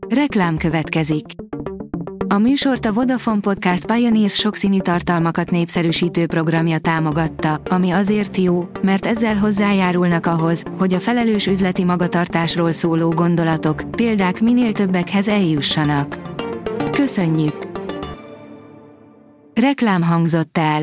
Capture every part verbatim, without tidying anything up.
Reklám következik. A műsort a Vodafone Podcast Pioneers sokszínű tartalmakat népszerűsítő programja támogatta, ami azért jó, mert ezzel hozzájárulnak ahhoz, hogy a felelős üzleti magatartásról szóló gondolatok, példák minél többekhez eljussanak. Köszönjük! Reklám hangzott el.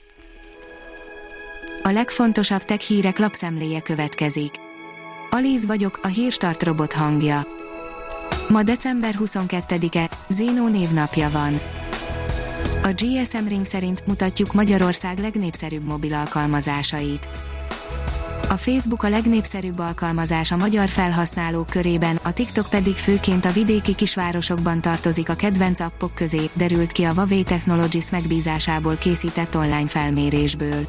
A legfontosabb tech hírek lapszemléje következik. Alíz vagyok, a Hírstart robot hangja. Ma december huszonkettedike, Zénó névnapja van. A gé es em Ring szerint mutatjuk Magyarország legnépszerűbb mobil alkalmazásait. A Facebook a legnépszerűbb alkalmazás a magyar felhasználók körében, a TikTok pedig főként a vidéki kisvárosokban tartozik a kedvenc appok közé, derült ki a Huawei Technologies megbízásából készített online felmérésből.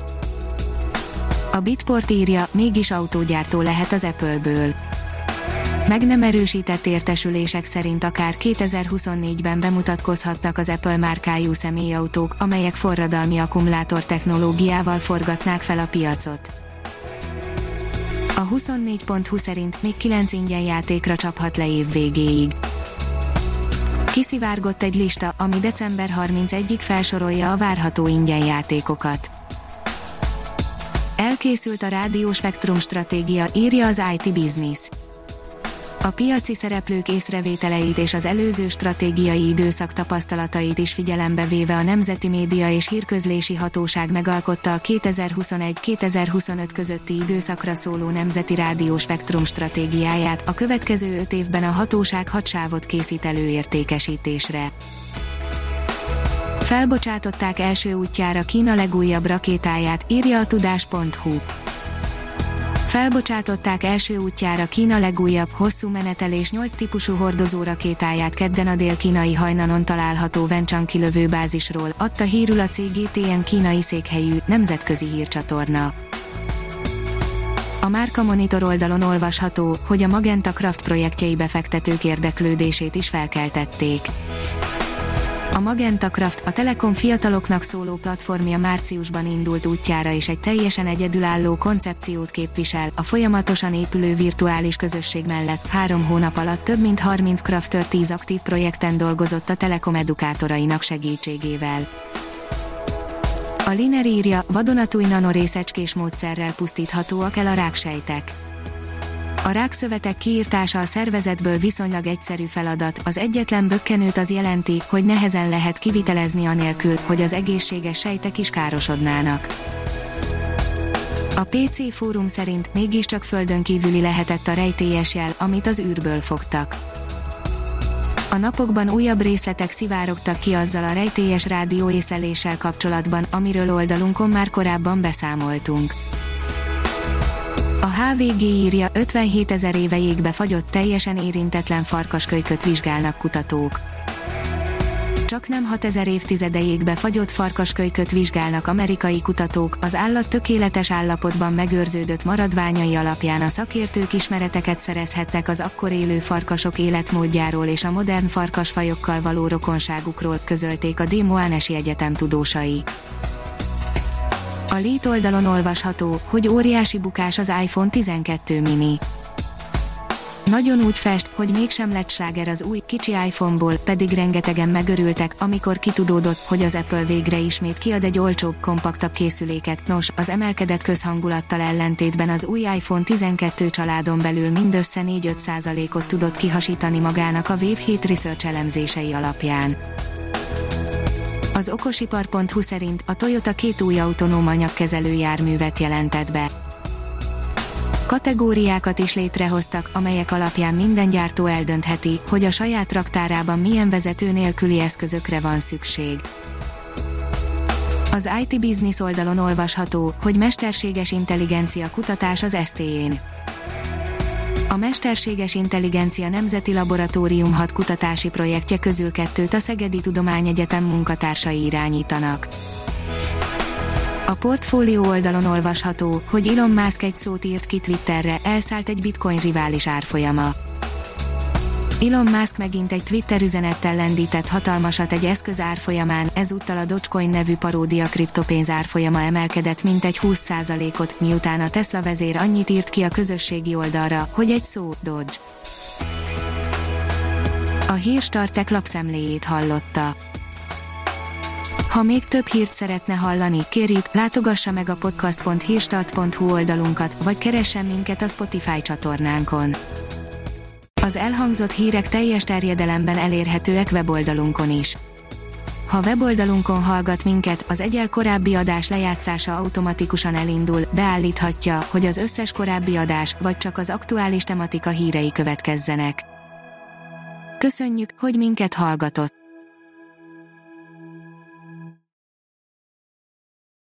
A Bitport írja, mégis autógyártó lehet az Apple-ből. Meg nem erősített értesülések szerint akár kétezer-huszonnégyben bemutatkozhatnak az Apple márkájú személyautók, amelyek forradalmi akkumulátor technológiával forgatnák fel a piacot. A huszonnégy pont hu szerint még kilenc ingyen játékra csaphat le év végéig. Kiszivárgott egy lista, ami december harmincegyedikéig felsorolja a várható ingyen játékokat. Elkészült a Rádió Spektrum stratégia, írja az i té Business. A piaci szereplők észrevételeit és az előző stratégiai időszak tapasztalatait is figyelembe véve a Nemzeti Média és Hírközlési Hatóság megalkotta a kétezer-huszonegy-kétezer-huszonöt közötti időszakra szóló Nemzeti Rádió Spektrum stratégiáját, a következő öt évben a hatóság hat sávot készít elő értékesítésre. Felbocsátották első útjára Kína legújabb rakétáját, írja a tudás pont hu. Felbocsátották első útjára Kína legújabb, hosszú menetelés nyolc típusú hordozó rakétáját kedden a dél-kínai Hajnanon található Wenchang kilövőbázisról, adta hírül a cé gé té en kínai székhelyű, nemzetközi hírcsatorna. A Márka Monitor oldalon olvasható, hogy a Magenta Craft projektjei befektetők érdeklődését is felkeltették. A Magenta Craft, a Telekom fiataloknak szóló platformja márciusban indult útjára és egy teljesen egyedülálló koncepciót képvisel, a folyamatosan épülő virtuális közösség mellett három hónap alatt több mint harminc craftör tíz aktív projekten dolgozott a Telekom edukátorainak segítségével. A Liner írja, vadonatúj nanorésecskés módszerrel pusztíthatóak el a ráksejtek. A rákszövetek kiírtása a szervezetből viszonylag egyszerű feladat, az egyetlen bökkenőt az jelenti, hogy nehezen lehet kivitelezni anélkül, hogy az egészséges sejtek is károsodnának. A pé cé fórum szerint mégiscsak földön kívüli lehetett a rejtélyes jel, amit az űrből fogtak. A napokban újabb részletek szivárogtak ki azzal a rejtélyes rádióészeléssel kapcsolatban, amiről oldalunkon már korábban beszámoltunk. A há vé gé írja, ötvenhétezer éve jégbe fagyott teljesen érintetlen farkaskölyköt vizsgálnak kutatók. Csak nem hatezer évtizede jégbe fagyott farkaskölyköt vizsgálnak amerikai kutatók, az állat tökéletes állapotban megőrződött maradványai alapján a szakértők ismereteket szerezhetnek az akkor élő farkasok életmódjáról és a modern farkasfajokkal való rokonságukról, közölték a Des Moines-i Egyetem tudósai. A Lét oldalon olvasható, hogy óriási bukás az iPhone tizenkettő mini. Nagyon úgy fest, hogy mégsem lett sláger az új, kicsi iPhone-ból, pedig rengetegen megörültek, amikor kitudódott, hogy az Apple végre ismét kiad egy olcsóbb, kompaktabb készüléket. Nos, az emelkedett közhangulattal ellentétben az új iPhone tizenkettő családon belül mindössze négy-öt százalékot tudott kihasítani magának a Wave hét Research elemzései alapján. Az okosipar pont hu szerint a Toyota két új autonóm anyagkezelő járművet jelentett be. Kategóriákat is létrehoztak, amelyek alapján minden gyártó eldöntheti, hogy a saját raktárában milyen vezető nélküli eszközökre van szükség. Az i té Business oldalon olvasható, hogy mesterséges intelligencia kutatás az es té é-n. A Mesterséges Intelligencia Nemzeti Laboratórium hat kutatási projektje közül kettőt a Szegedi Tudományegyetem munkatársai irányítanak. A Portfolio oldalon olvasható, hogy Elon Musk egy szót írt ki Twitterre, elszállt egy bitcoin rivális árfolyama. Elon Musk megint egy Twitter üzenettel lendített hatalmasat egy eszköz árfolyamán, ezúttal a Dogecoin nevű paródia kriptopénz árfolyama emelkedett mintegy húsz százalékot, miután a Tesla vezér annyit írt ki a közösségi oldalra, hogy egy szó, Doge. A Hírstartek lapszemléjét hallotta. Ha még több hírt szeretne hallani, kérjük, látogassa meg a podcast pont hírstart pont hu oldalunkat, vagy keressen minket a Spotify csatornánkon. Az elhangzott hírek teljes terjedelemben elérhetőek weboldalunkon is. Ha weboldalunkon hallgat minket, az egyel korábbi adás lejátszása automatikusan elindul, beállíthatja, hogy az összes korábbi adás, vagy csak az aktuális tematika hírei következzenek. Köszönjük, hogy minket hallgatott!